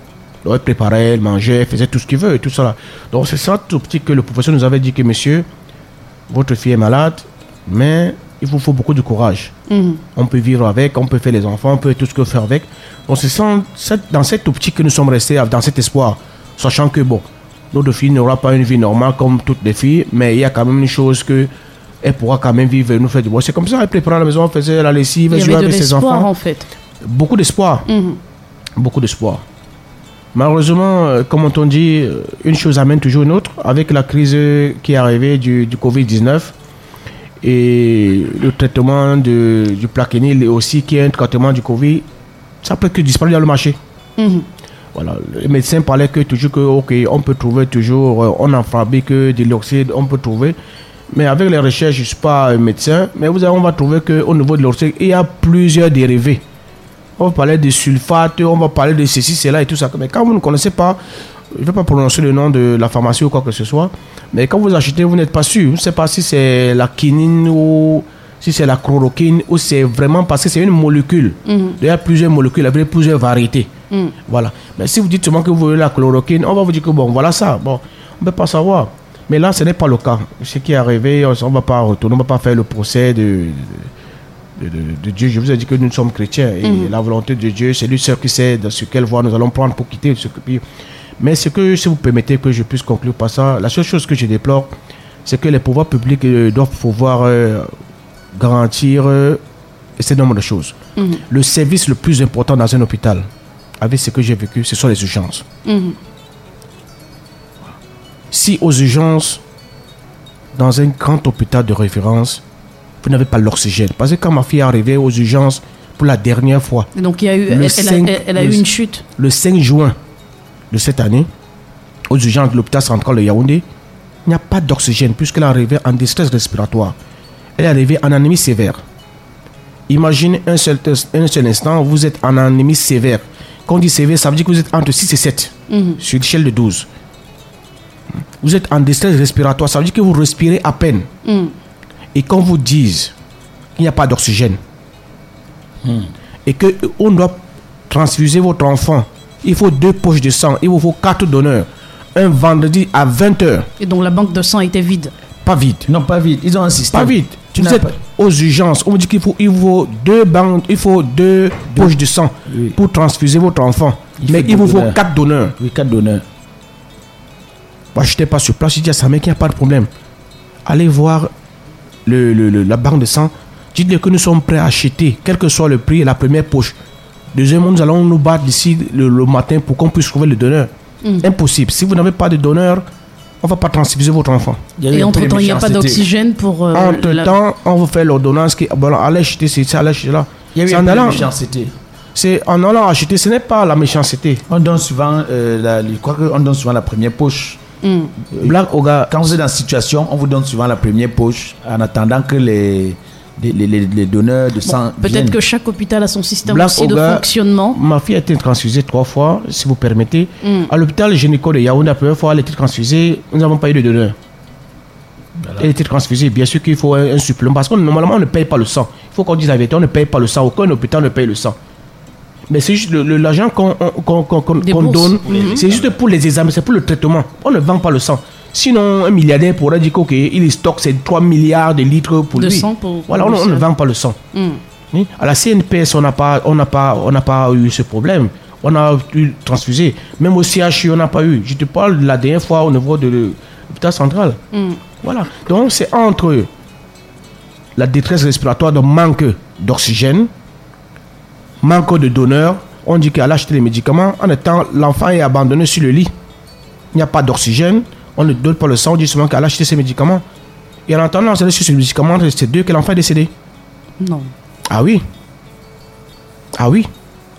Donc, elle préparait, elle mangeait, elle faisait tout ce qu'il veut et tout ça. Là. Donc, c'est ça tout petit que le professeur nous avait dit que, monsieur, votre fille est malade, mais il vous faut beaucoup de courage. Mm-hmm. On peut vivre avec, on peut faire les enfants, on peut tout ce que faire avec. Donc, c'est dans cette optique que nous sommes restés, dans cet espoir, sachant que, bon, notre fille n'aura pas une vie normale comme toutes les filles, mais il y a quand même une chose que elle pourra quand même vivre et nous faire du bon. C'est comme ça, elle préparait à la maison, elle faisait la lessive, elle jouait avec ses enfants. En fait. Beaucoup d'espoir. Mm-hmm. Beaucoup d'espoir. Malheureusement, comme on dit, une chose amène toujours une autre. Avec la crise qui est arrivée du, du covid dix-neuf et le traitement de, du Plaquenil aussi, qui est un traitement du Covid, ça peut que disparaître dans le marché. Mm-hmm. Voilà. Les médecins parlaient que toujours que, ok, on peut trouver toujours, on en fabrique de l'oxyde, on peut trouver. Mais avec les recherches, je ne suis pas un médecin, mais vous avez, on va trouver qu'au niveau de l'oxyde, il y a plusieurs dérivés. On va parler de sulfate, on va parler de ceci, cela et tout ça. Mais quand vous ne connaissez pas, je ne vais pas prononcer le nom de la pharmacie ou quoi que ce soit, mais quand vous achetez, vous n'êtes pas sûr. Vous ne savez pas si c'est la quinine ou si c'est la chloroquine ou c'est vraiment parce que c'est une molécule. Mm-hmm. Il y a plusieurs molécules avec plusieurs variétés. Mm. Voilà. Mais si vous dites seulement que vous voulez la chloroquine, on va vous dire que bon, voilà ça. Bon, on ne peut pas savoir. Mais là, ce n'est pas le cas. Ce qui est arrivé, on ne va pas retourner, on ne va pas faire le procès de, de, de, de Dieu. Je vous ai dit que nous sommes chrétiens. Et mm-hmm. la volonté de Dieu, c'est lui seul qui sait dans sur quelle voie nous allons prendre pour quitter ce pays. Mais ce que, si vous permettez que je puisse conclure par ça, la seule chose que je déplore, c'est que les pouvoirs publics euh, doivent pouvoir euh, garantir euh, ce nombre de choses. Mm-hmm. Le service le plus important dans un hôpital, avec ce que j'ai vécu, ce sont les urgences. Mm-hmm. Si aux urgences, dans un grand hôpital de référence, vous n'avez pas l'oxygène. Parce que quand ma fille est arrivée aux urgences pour la dernière fois, donc il y a eu, elle, cinq, elle, elle a le, eu une chute. Le cinq juin de cette année, aux urgences de l'hôpital central de Yaoundé, il n'y a pas d'oxygène puisqu'elle est arrivée en détresse respiratoire. Elle est arrivée en anémie sévère. Imaginez un seul, un seul instant, vous êtes en anémie sévère. Quand on dit sévère, ça veut dire que vous êtes entre six et sept mm-hmm. sur l'échelle de douze. Vous êtes en détresse respiratoire, ça veut dire que vous respirez à peine. Mm. Et quand vous disent qu'il n'y a pas d'oxygène mm. et qu'on doit transfuser votre enfant, il faut deux poches de sang, il vous faut quatre donneurs, un vendredi à vingt heures. Et donc la banque de sang était vide? Pas vide. Non, pas vide. Ils ont un système. Pas vide. Tu vous êtes pas... aux urgences. On me dit qu'il faut, il faut deux bandes, il faut deux, deux. poches de sang oui. pour transfuser votre enfant. Il Mais il vous faut quatre donneurs. Oui, quatre donneurs. Moi, je n'étais pas sur place. Je dis à sa mère qu'il n'y a pas de problème. Allez voir le, le, le, la banque de sang. Dites-lui que nous sommes prêts à acheter, quel que soit le prix, la première poche. Deuxièmement, nous allons nous battre d'ici le, le matin pour qu'on puisse trouver le donneur. Mm. Impossible. Si vous n'avez pas de donneur, on ne va pas transfuser votre enfant. Et entre-temps, il n'y a pas d'oxygène pour... Euh, entre-temps, la... on va faire l'ordonnance qui... Bon, allez acheter c'est ça, allez acheter là. Il y a eu une allant... méchanceté. C'est en allant acheter, ce n'est pas la méchanceté. On donne souvent, euh, la, je crois qu'on donne souvent la première poche. Mm. Black Oga. Quand vous êtes dans cette situation, on vous donne souvent la première poche en attendant que les... Les, les, les donneurs de sang. Bon, peut-être que chaque hôpital a son système Black aussi Oga, de fonctionnement. Ma fille a été transfusée trois fois, si vous permettez. Mm. À l'hôpital gynéco de Yaoundé, la première fois, elle a été transfusée, nous n'avons pas eu de donneur. Voilà. Elle a été transfusée. Bien sûr qu'il faut un, un supplément, parce que normalement, on ne paye pas le sang. Il faut qu'on dise la vérité, on ne paye pas le sang. Aucun hôpital ne paye le sang. Mais c'est juste le, le, l'argent qu'on, qu'on, qu'on, qu'on donne, mm-hmm. c'est juste pour les examens, c'est pour le traitement. On ne vend pas le sang. Sinon, un milliardaire pourrait dire qu'il stocke ses trois milliards de litres pour de lui. Sang pour, voilà, pour on, on ne vend pas le sang. Mm. Oui? À la C N P S, on n'a pas, on n'a pas, on n'a pas eu ce problème. On a eu transfusé. Même au C H U, on n'a pas eu. Je te parle de la dernière fois au niveau de l'hôpital central. Mm. Voilà. Donc, c'est entre la détresse respiratoire, de manque d'oxygène, manque de donneurs. On dit qu'elle a acheté les médicaments. En étant, l'enfant est abandonné sur le lit. Il n'y a pas d'oxygène. On ne donne pas le sang, on dit seulement qu'elle a acheté ses médicaments. Et en attendant, on sur ces médicaments, c'est deux que l'enfant est décédé. Non. Ah oui. Ah oui.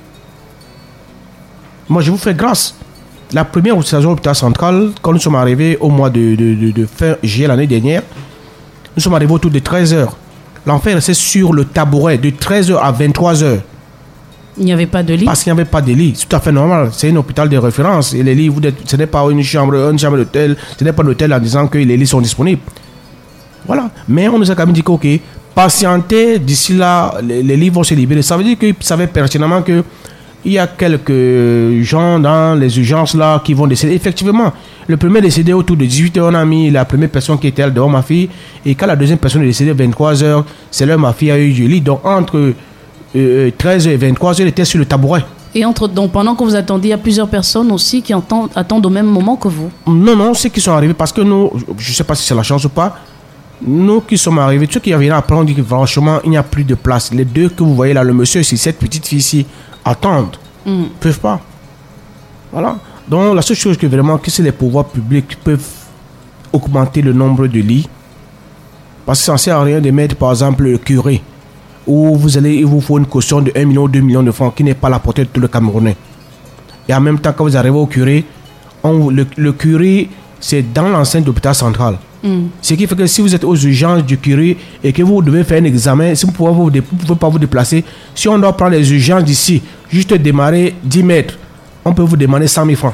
Moi, je vous fais grâce. La première hospitalisation à l'hôpital central, quand nous sommes arrivés au mois de, de, de, de fin juillet l'année dernière, nous sommes arrivés autour de treize heures. L'enfant est resté sur le tabouret de treize heures à vingt-trois heures. Il n'y avait pas de lit. Parce qu'il n'y avait pas de lit. C'est tout à fait normal. C'est un hôpital de référence. Et les lits, vous êtes, ce n'est pas une chambre, une chambre d'hôtel. Ce n'est pas un hôtel en disant que les lits sont disponibles. Voilà. Mais on nous a quand même dit que, ok, patientez, d'ici là, les, les lits vont se libérer. Ça veut dire qu'ils savaient pertinemment que il y a quelques gens dans les urgences là qui vont décéder. Effectivement, le premier décédé autour de dix-huit heures, on a mis la première personne qui était là devant ma fille. Et quand la deuxième personne est décédée vingt-trois heures, c'est là ma fille a eu du lit. Donc entre euh, treize heures et vingt-trois heures, elle était sur le tabouret. Et entre, donc pendant que vous attendiez, il y a plusieurs personnes aussi qui entendent, attendent au même moment que vous. Non, non, ceux qui sont arrivés, parce que nous, je ne sais pas si c'est la chance ou pas, nous qui sommes arrivés, ceux qui viennent après, on dit que franchement, il n'y a plus de place. Les deux que vous voyez là, le monsieur et cette petite fille ici, attendent. Ils ne mm. peuvent pas. Voilà. Donc la seule chose que vraiment, que c'est les pouvoirs publics peuvent augmenter le nombre de lits. Parce que ça ne sert à rien de mettre par exemple le curé, où vous allez, il vous faut une caution de un million ou deux millions de francs qui n'est pas à la portée de tout le Camerounais. Et en même temps, quand vous arrivez au curé, on, le, le curé, c'est dans l'enceinte de l'hôpital central. Mm. Ce qui fait que si vous êtes aux urgences du curé et que vous devez faire un examen, si vous ne pouvez pas vous déplacer, si on doit prendre les urgences d'ici, juste démarrer dix mètres, on peut vous demander cent mille francs.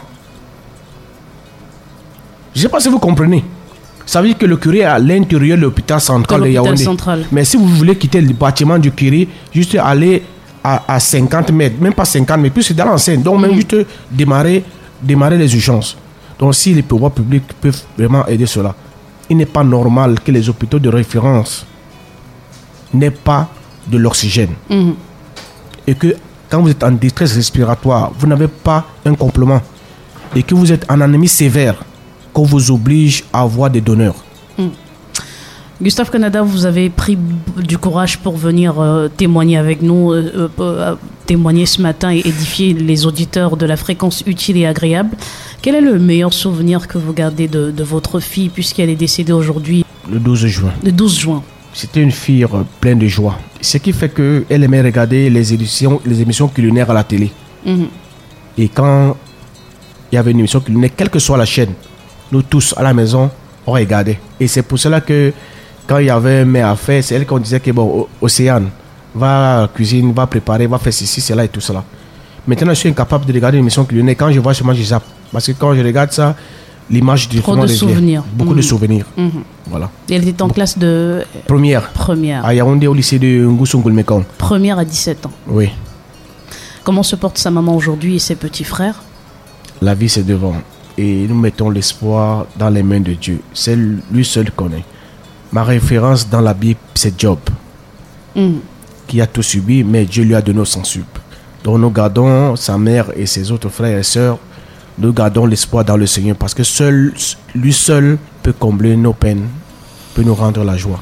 Je ne sais pas si vous comprenez. Ça veut dire que le curé est à l'intérieur de l'hôpital central de, de Yaoundé. Central. Mais si vous voulez quitter le bâtiment du curé, juste aller à, à cinquante mètres, même pas cinquante mètres, puis c'est dans l'enceinte. Donc, même mm. juste démarrer, démarrer les urgences. Donc, si les pouvoirs publics peuvent vraiment aider cela, il n'est pas normal que les hôpitaux de référence n'aient pas de l'oxygène. Mm. Et que quand vous êtes en détresse respiratoire, vous n'avez pas un complément. Et que vous êtes en anémie sévère, qu'on vous oblige à avoir des donneurs. Mm. Gustave Canada, vous avez pris du courage pour venir euh, témoigner avec nous, euh, euh, témoigner ce matin et édifier les auditeurs de la fréquence utile et agréable. Quel est le meilleur souvenir que vous gardez de, de votre fille, puisqu'elle est décédée aujourd'hui? Le douze juin. Le douze juin. C'était une fille euh, pleine de joie. Ce qui fait qu'elle aimait regarder les émissions, les émissions culinaires à la télé. Mm-hmm. Et quand il y avait une émission culinaire, quelle que soit la chaîne, nous tous à la maison, on regardait. Et c'est pour cela que quand il y avait un mets à faire, c'est elle qu'on disait que bon, Océane, va à la cuisine, va préparer, va faire ceci, cela et tout cela. Maintenant, je suis incapable de regarder une émission culinaire. Quand je vois seulement, je zappe. Parce que quand je regarde ça, l'image du Trop de souvenirs. Beaucoup mmh. de souvenirs. Mmh. Voilà. Et elle était en classe de... Première. Première. À Yaoundé, au lycée de Ngoussou-Ngoulmekong. Première à dix-sept ans. Oui. Comment se porte sa maman aujourd'hui et ses petits frères? La vie, c'est devant. Et nous mettons l'espoir dans les mains de Dieu. C'est lui seul qu'on connaît. Ma référence dans la Bible, c'est Job. Mm. Qui a tout subi, mais Dieu lui a donné son sup. Donc nous gardons sa mère et ses autres frères et sœurs. Nous gardons l'espoir dans le Seigneur. Parce que seul, lui seul peut combler nos peines, peut nous rendre la joie.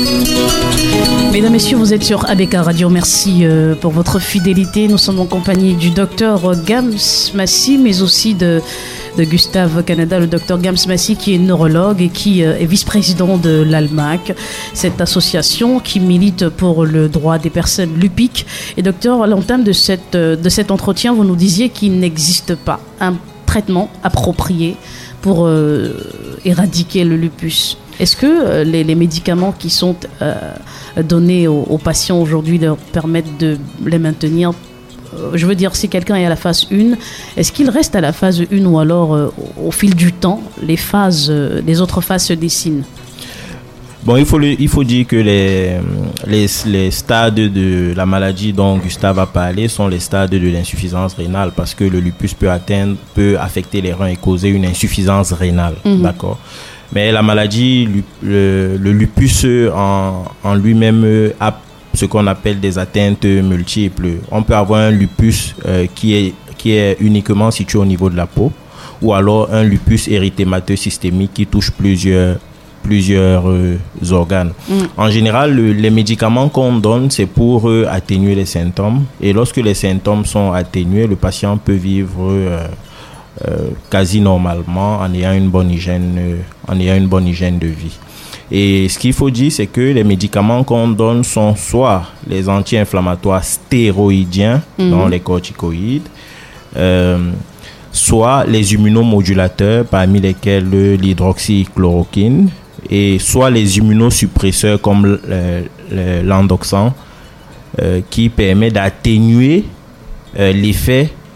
Mesdames, Messieurs, vous êtes sur A B K Radio. Merci euh, pour votre fidélité. Nous sommes en compagnie du docteur Gams Massi, mais aussi de, de Gustave Canada, le docteur Gams Massi, qui est neurologue et qui euh, est vice-président de l'ALMAC, cette association qui milite pour le droit des personnes lupiques. Et docteur, à l'entame de, cette, de cet entretien, vous nous disiez qu'il n'existe pas un traitement approprié pour euh, éradiquer le lupus. Est-ce que euh, les, les médicaments qui sont euh, donnés aux, aux patients aujourd'hui leur permettent de les maintenir? euh, Je veux dire, si quelqu'un est à la phase un, est-ce qu'il reste à la phase un ou alors euh, au, au fil du temps, les, phases, euh, les autres phases se dessinent? Bon, il faut, le, il faut dire que les, les, les stades de la maladie dont Gustave a parlé sont les stades de l'insuffisance rénale, parce que le lupus peut atteindre, peut affecter les reins et causer une insuffisance rénale. Mm-hmm. D'accord. Mais la maladie, le, le lupus en, en lui-même a ce qu'on appelle des atteintes multiples. On peut avoir un lupus euh, qui est, qui est uniquement situé au niveau de la peau, ou alors un lupus érythémateux systémique qui touche plusieurs plusieurs euh, organes. Mm. En général, le, les médicaments qu'on donne, c'est pour euh, atténuer les symptômes. Et lorsque les symptômes sont atténués, le patient peut vivre euh, euh, quasi normalement en ayant une bonne hygiène, euh, en ayant une bonne hygiène de vie. Et ce qu'il faut dire, c'est que les médicaments qu'on donne sont soit les anti-inflammatoires stéroïdiens, mm. dont les corticoïdes, euh, soit les immunomodulateurs, parmi lesquels l'hydroxychloroquine, et soit les immunosuppresseurs comme le, le, l'endoxan, euh, qui permet d'atténuer euh, l'effet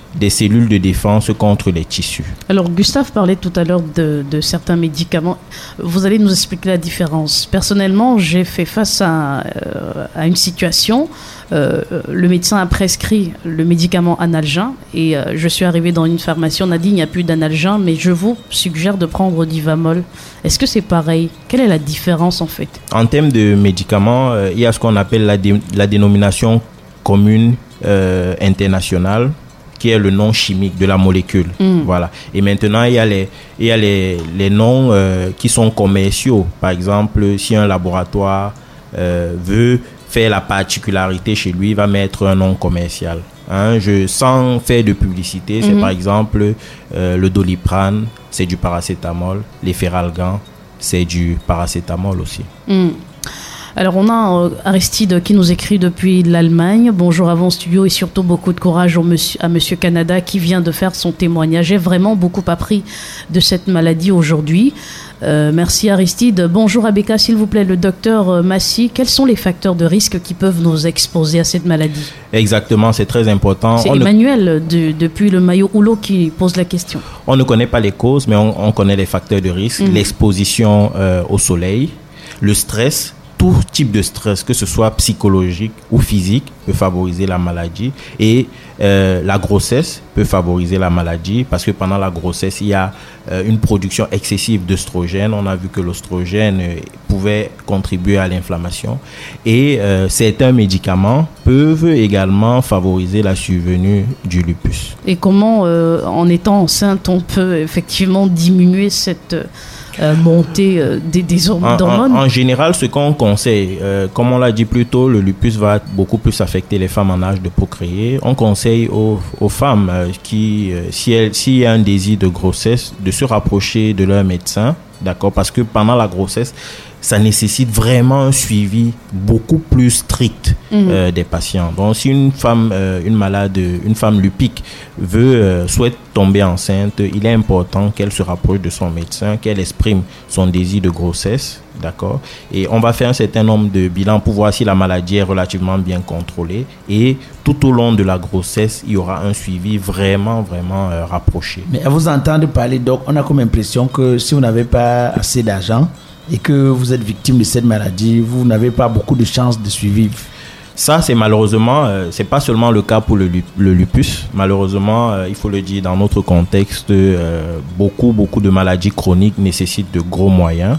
des cellules de défense contre les tissus. Alors, Gustave parlait tout à l'heure de, de certains médicaments. Vous allez nous expliquer la différence. Personnellement, j'ai fait face à, euh, à une situation. Euh, le médecin a prescrit le médicament Analgin et euh, je suis arrivé dans une pharmacie. On a dit il n'y a plus d'Analgin, mais je vous suggère de prendre Divamol. Est-ce que c'est pareil? Quelle est la différence en fait? En termes de médicaments, euh, il y a ce qu'on appelle la, dé- la dénomination commune euh, internationale, qui est le nom chimique de la molécule. Mm. Voilà. Et maintenant, il y a les, il y a les, les noms euh, qui sont commerciaux. Par exemple, si un laboratoire euh, veut faire la particularité chez lui, il va mettre un nom commercial. Hein, je, sans faire de publicité, c'est mm-hmm. par exemple euh, le Doliprane, c'est du paracétamol. Les Feralgan, c'est du paracétamol aussi. Mm. Alors on a euh, Aristide qui nous écrit depuis l'Allemagne. Bonjour à vous en studio et surtout beaucoup de courage au monsieur, à Monsieur Canada qui vient de faire son témoignage. J'ai vraiment beaucoup appris de cette maladie aujourd'hui. Euh, merci Aristide. Bonjour Abeka, s'il vous plaît, le docteur Massy. Quels sont les facteurs de risque qui peuvent nous exposer à cette maladie? Exactement, c'est très important. C'est on Emmanuel ne... de, depuis le Maillot Houlot qui pose la question. On ne connaît pas les causes, mais on, on connaît les facteurs de risque. Mmh. L'exposition euh, au soleil, le stress. Tout type de stress, que ce soit psychologique ou physique, peut favoriser la maladie. Et euh, la grossesse peut favoriser la maladie parce que pendant la grossesse, il y a euh, une production excessive d'œstrogène. On a vu que l'œstrogène euh, pouvait contribuer à l'inflammation. Et euh, certains médicaments peuvent également favoriser la survenue du lupus. Et comment, euh, en étant enceinte, on peut effectivement diminuer cette... Euh, montée euh, des, des hormones. En, en, en général, ce qu'on conseille, euh, comme on l'a dit plus tôt, le lupus va beaucoup plus affecter les femmes en âge de procréer. On conseille aux, aux femmes euh, qui, euh, si elles, s'il y a un désir de grossesse, de se rapprocher de leur médecin, d'accord, parce que pendant la grossesse, ça nécessite vraiment un suivi beaucoup plus strict mmh. euh, des patients. Donc, si une femme, euh, une malade, une femme lupique veut, euh, souhaite tomber enceinte, il est important qu'elle se rapproche de son médecin, qu'elle exprime son désir de grossesse, d'accord? Et on va faire un certain nombre de bilans pour voir si la maladie est relativement bien contrôlée. Et tout au long de la grossesse, il y aura un suivi vraiment, vraiment euh, rapproché. Mais à vous entendre parler, donc, on a comme impression que si vous n'avez pas assez d'argent, et que vous êtes victime de cette maladie, vous n'avez pas beaucoup de chances de survivre. Ça, c'est malheureusement, euh, c'est pas seulement le cas pour le, le lupus. Malheureusement, euh, il faut le dire, dans notre contexte, euh, beaucoup, beaucoup de maladies chroniques nécessitent de gros moyens.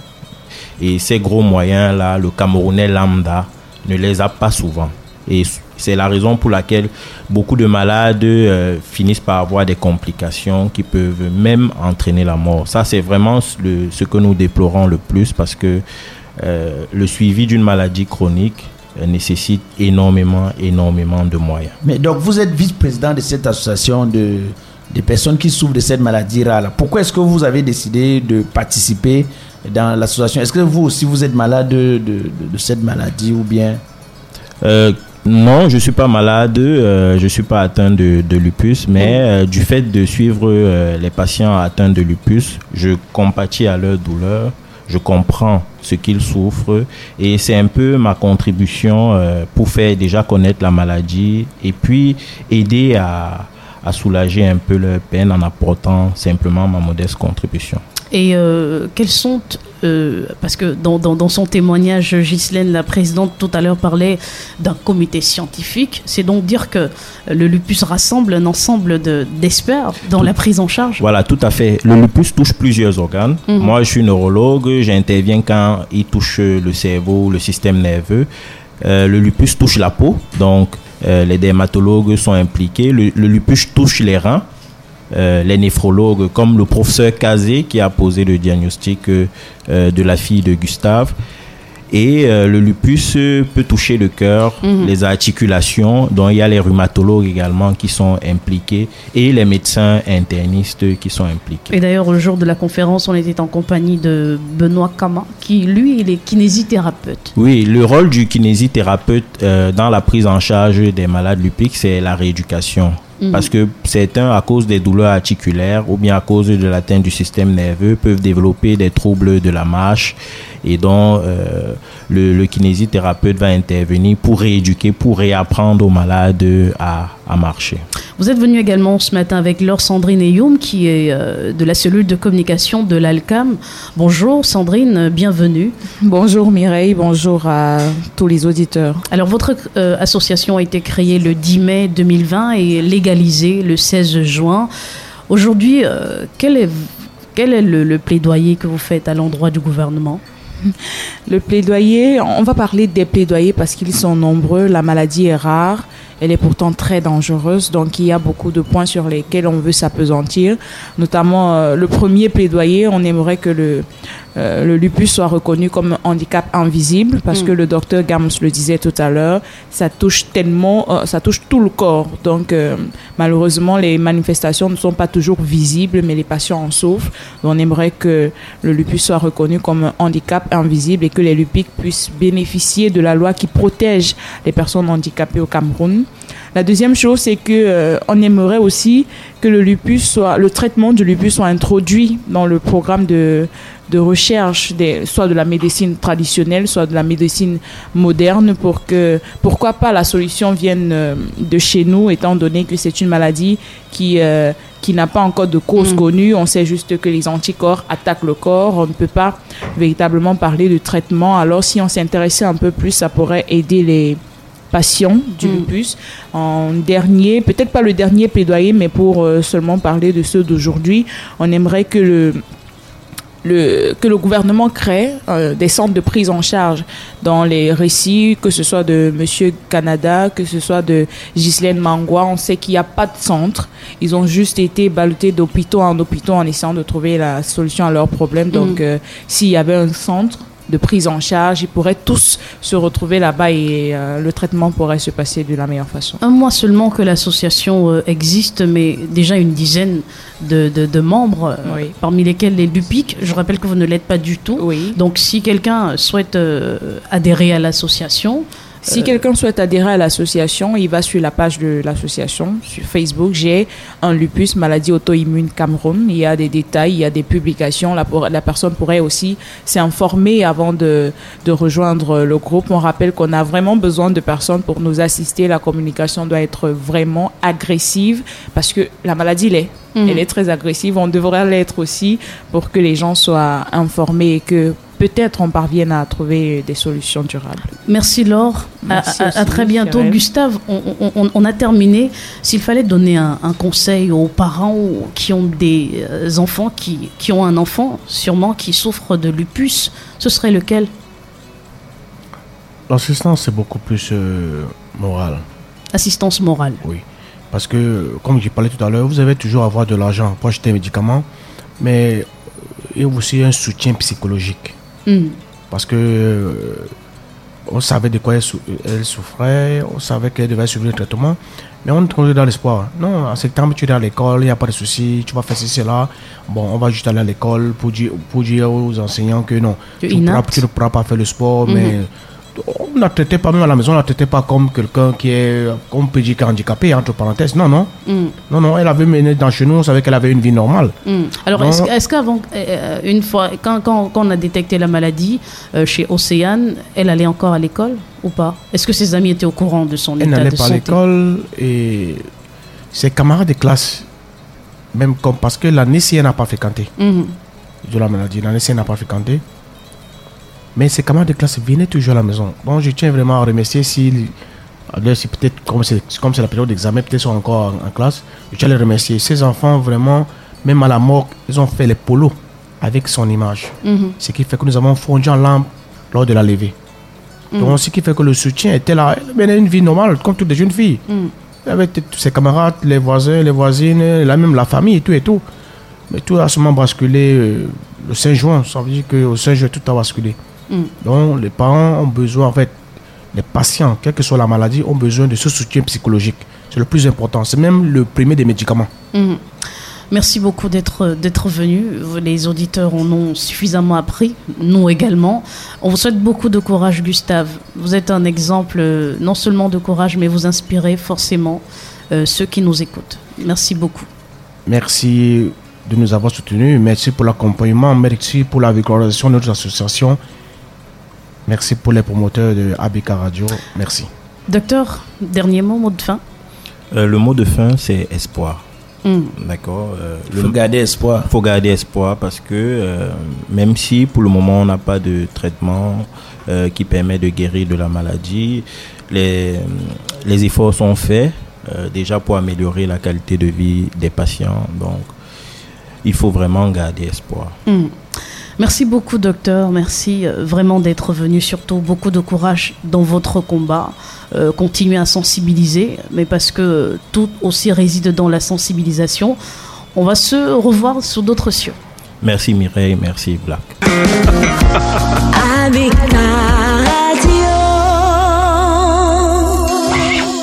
Et ces gros moyens-là, le Camerounais lambda ne les a pas souvent. Et c'est la raison pour laquelle beaucoup de malades euh, finissent par avoir des complications qui peuvent même entraîner la mort. Ça, c'est vraiment le, ce que nous déplorons le plus parce que euh, le suivi d'une maladie chronique euh, nécessite énormément, énormément de moyens. Mais donc, vous êtes vice-président de cette association de, de personnes qui souffrent de cette maladie rare. Pourquoi est-ce que vous avez décidé de participer dans l'association? Est-ce que vous aussi, vous êtes malade de, de, de cette maladie ou bien... Euh, Non, je ne suis pas malade, euh, je ne suis pas atteint de, de lupus, mais euh, du fait de suivre euh, les patients atteints de lupus, je compatis à leur douleur, je comprends ce qu'ils souffrent et c'est un peu ma contribution euh, pour faire déjà connaître la maladie et puis aider à, à soulager un peu leur peine en apportant simplement ma modeste contribution. Et euh, quels sont, euh, parce que dans, dans, dans son témoignage, Ghislaine, la présidente, tout à l'heure parlait d'un comité scientifique. C'est donc dire que le lupus rassemble un ensemble de, d'experts dans tout, la prise en charge. Voilà, tout à fait. Le lupus touche plusieurs organes. Mm-hmm. Moi, je suis neurologue, j'interviens quand il touche le cerveau, le système nerveux. Euh, le lupus touche la peau, donc euh, les dermatologues sont impliqués. Le, le lupus touche les reins. Euh, les néphrologues comme le professeur Kazé qui a posé le diagnostic euh, de la fille de Gustave et euh, le lupus peut toucher le cœur, mmh. les articulations, donc il y a les rhumatologues également qui sont impliqués et les médecins internistes qui sont impliqués. Et d'ailleurs, le jour de la conférence, on était en compagnie de Benoît Kama qui, lui, il est kinésithérapeute. Oui, le rôle du kinésithérapeute euh, dans la prise en charge des malades lupiques, c'est la rééducation. Parce que certains, à cause des douleurs articulaires ou bien à cause de l'atteinte du système nerveux, peuvent développer des troubles de la marche. Et donc, euh, le, le kinésithérapeute va intervenir pour rééduquer, pour réapprendre aux malades à, à marcher. Vous êtes venu également ce matin avec Laure Sandrine Eyoum, qui est euh, de la cellule de communication de l'ALCAM. Bonjour Sandrine, bienvenue. Bonjour Mireille, bonjour à tous les auditeurs. Alors votre euh, association a été créée le dix mai deux mille vingt et légalisée le seize juin. Aujourd'hui, euh, quel est, quel est le, le plaidoyer que vous faites à l'endroit du gouvernement ? Le plaidoyer, on va parler des plaidoyers parce qu'ils sont nombreux. La maladie est rare, elle est pourtant très dangereuse, donc il y a beaucoup de points sur lesquels on veut s'appesantir. Notamment, euh, le premier plaidoyer, on aimerait que le, euh, le lupus soit reconnu comme un handicap invisible, parce mmh. que le docteur Gams le disait tout à l'heure, ça touche tellement, euh, ça touche tout le corps. Donc, euh, malheureusement, les manifestations ne sont pas toujours visibles, mais les patients en souffrent. Donc, on aimerait que le lupus soit reconnu comme un handicap invisible et que les lupiques puissent bénéficier de la loi qui protège les personnes handicapées au Cameroun. La deuxième chose, c'est que euh, on aimerait aussi que le lupus soit, le traitement du lupus soit introduit dans le programme de de recherche, des, soit de la médecine traditionnelle, soit de la médecine moderne, pour que, pourquoi pas, la solution vienne euh, de chez nous, étant donné que c'est une maladie qui euh, qui n'a pas encore de cause mmh. connue. On sait juste que les anticorps attaquent le corps. On ne peut pas véritablement parler de traitement. Alors, si on s'intéressait un peu plus, ça pourrait aider les patients du mmh. lupus. En dernier, peut-être pas le dernier plaidoyer, mais pour euh, seulement parler de ceux d'aujourd'hui, on aimerait que le Le, que le gouvernement crée euh, des centres de prise en charge dans les récits, que ce soit de Monsieur Canada, que ce soit de Ghislaine Mangwa. On sait qu'il n'y a pas de centre. Ils ont juste été ballottés d'hôpitaux en hôpitaux en essayant de trouver la solution à leurs problèmes. Donc, mmh. euh, s'il y avait un centre de prise en charge, ils pourraient tous se retrouver là-bas et euh, le traitement pourrait se passer de la meilleure façon. Un mois seulement que l'association euh, existe, mais déjà une dizaine de, de, de membres, oui. euh, parmi lesquels les lupiques. Je rappelle que vous ne l'êtes pas du tout. Oui. Donc si quelqu'un souhaite euh, adhérer à l'association... Si euh, quelqu'un souhaite adhérer à l'association, il va sur la page de l'association, sur Facebook. J'ai un lupus, maladie auto-immune Cameroun. Il y a des détails, il y a des publications. La, la personne pourrait aussi s'informer avant de, de rejoindre le groupe. On rappelle qu'on a vraiment besoin de personnes pour nous assister. La communication doit être vraiment agressive parce que la maladie l'est. Mmh. Elle est très agressive. On devrait l'être aussi pour que les gens soient informés et que peut-être on parvienne à trouver des solutions durables. Merci Laure. Merci à, à, à très bientôt. Karel. Gustave, on, on, on a terminé. S'il fallait donner un, un conseil aux parents qui ont des enfants, qui, qui ont un enfant sûrement qui souffre de lupus, ce serait lequel ? L'assistance, c'est beaucoup plus euh, moral. Assistance morale. Oui. Parce que, comme j'ai parlé tout à l'heure, vous avez toujours avoir de l'argent pour acheter des médicaments, mais il y a aussi un soutien psychologique. Mm. Parce que euh, on savait de quoi elle, sou- elle souffrait, on savait qu'elle devait suivre le traitement, mais on est dans l'espoir. Non, en septembre, tu es à l'école, il n'y a pas de souci, tu vas faire ceci, cela. Bon, on va juste aller à l'école pour dire, pour dire aux enseignants que non, tu, tu, pourras, tu ne pourras pas faire le sport, mm-hmm. mais on ne la traitait pas, même à la maison, on ne la traitait pas comme quelqu'un qui est, on peut dire, handicapé, entre parenthèses. Non, non. Mm. Non, non, elle avait mené dans chez nous, on savait qu'elle avait une vie normale. Mm. Alors, est-ce, est-ce qu'avant, euh, une fois, quand, quand, quand on a détecté la maladie euh, chez Océane, elle allait encore à l'école ou pas ? Est-ce que ses amis étaient au courant de son elle état de santé ? Elle n'allait pas à l'école et ses camarades de classe, même comme, parce que la N E C I n'a pas fréquenté mm. de la maladie, la N E C I n'a pas fréquenté. Mais ces camarades de classe venaient toujours à la maison. Bon, je tiens vraiment à remercier si, si peut-être, comme c'est, comme c'est la période d'examen, peut-être sont encore en, en classe, je tiens à les remercier. Ces enfants, vraiment, même à la mort, ils ont fait les polos avec son image. Mm-hmm. Ce qui fait que nous avons fondu en lampe lors de la levée. Mm-hmm. Donc, ce qui fait que le soutien était là. Elle menait une vie normale, comme toutes les jeunes filles. Mm-hmm. Avec tous ses camarades, les voisins, les voisines, là même la famille et tout et tout. Mais tout a seulement basculé euh, le cinq juin. Ça veut dire qu'au cinq juin, tout a basculé. Mm. Donc, les parents ont besoin, en fait, les patients, quelle que soit la maladie, ont besoin de ce soutien psychologique. C'est le plus important. C'est même le premier des médicaments. Mm. Merci beaucoup d'être, d'être venu. Les auditeurs en ont suffisamment appris, nous également. On vous souhaite beaucoup de courage, Gustave. Vous êtes un exemple non seulement de courage, mais vous inspirez forcément euh, ceux qui nous écoutent. Merci beaucoup. Merci de nous avoir soutenus. Merci pour l'accompagnement. Merci pour la vulgarisation de notre association. Merci pour les promoteurs de A B K Radio. Merci. Docteur, dernier mot, mot de fin. Euh, le mot de fin, c'est espoir. Mm. D'accord. Euh, Il faut garder espoir. Il faut garder espoir parce que euh, même si pour le moment on n'a pas de traitement euh, qui permet de guérir de la maladie, les, les efforts sont faits euh, déjà pour améliorer la qualité de vie des patients. Donc il faut vraiment garder espoir. Mm. Merci beaucoup, docteur. Merci euh, vraiment d'être venu. Surtout, beaucoup de courage dans votre combat. Euh, continuez à sensibiliser, mais parce que tout aussi réside dans la sensibilisation. On va se revoir sur d'autres cieux. Merci Mireille, merci Black. Annika.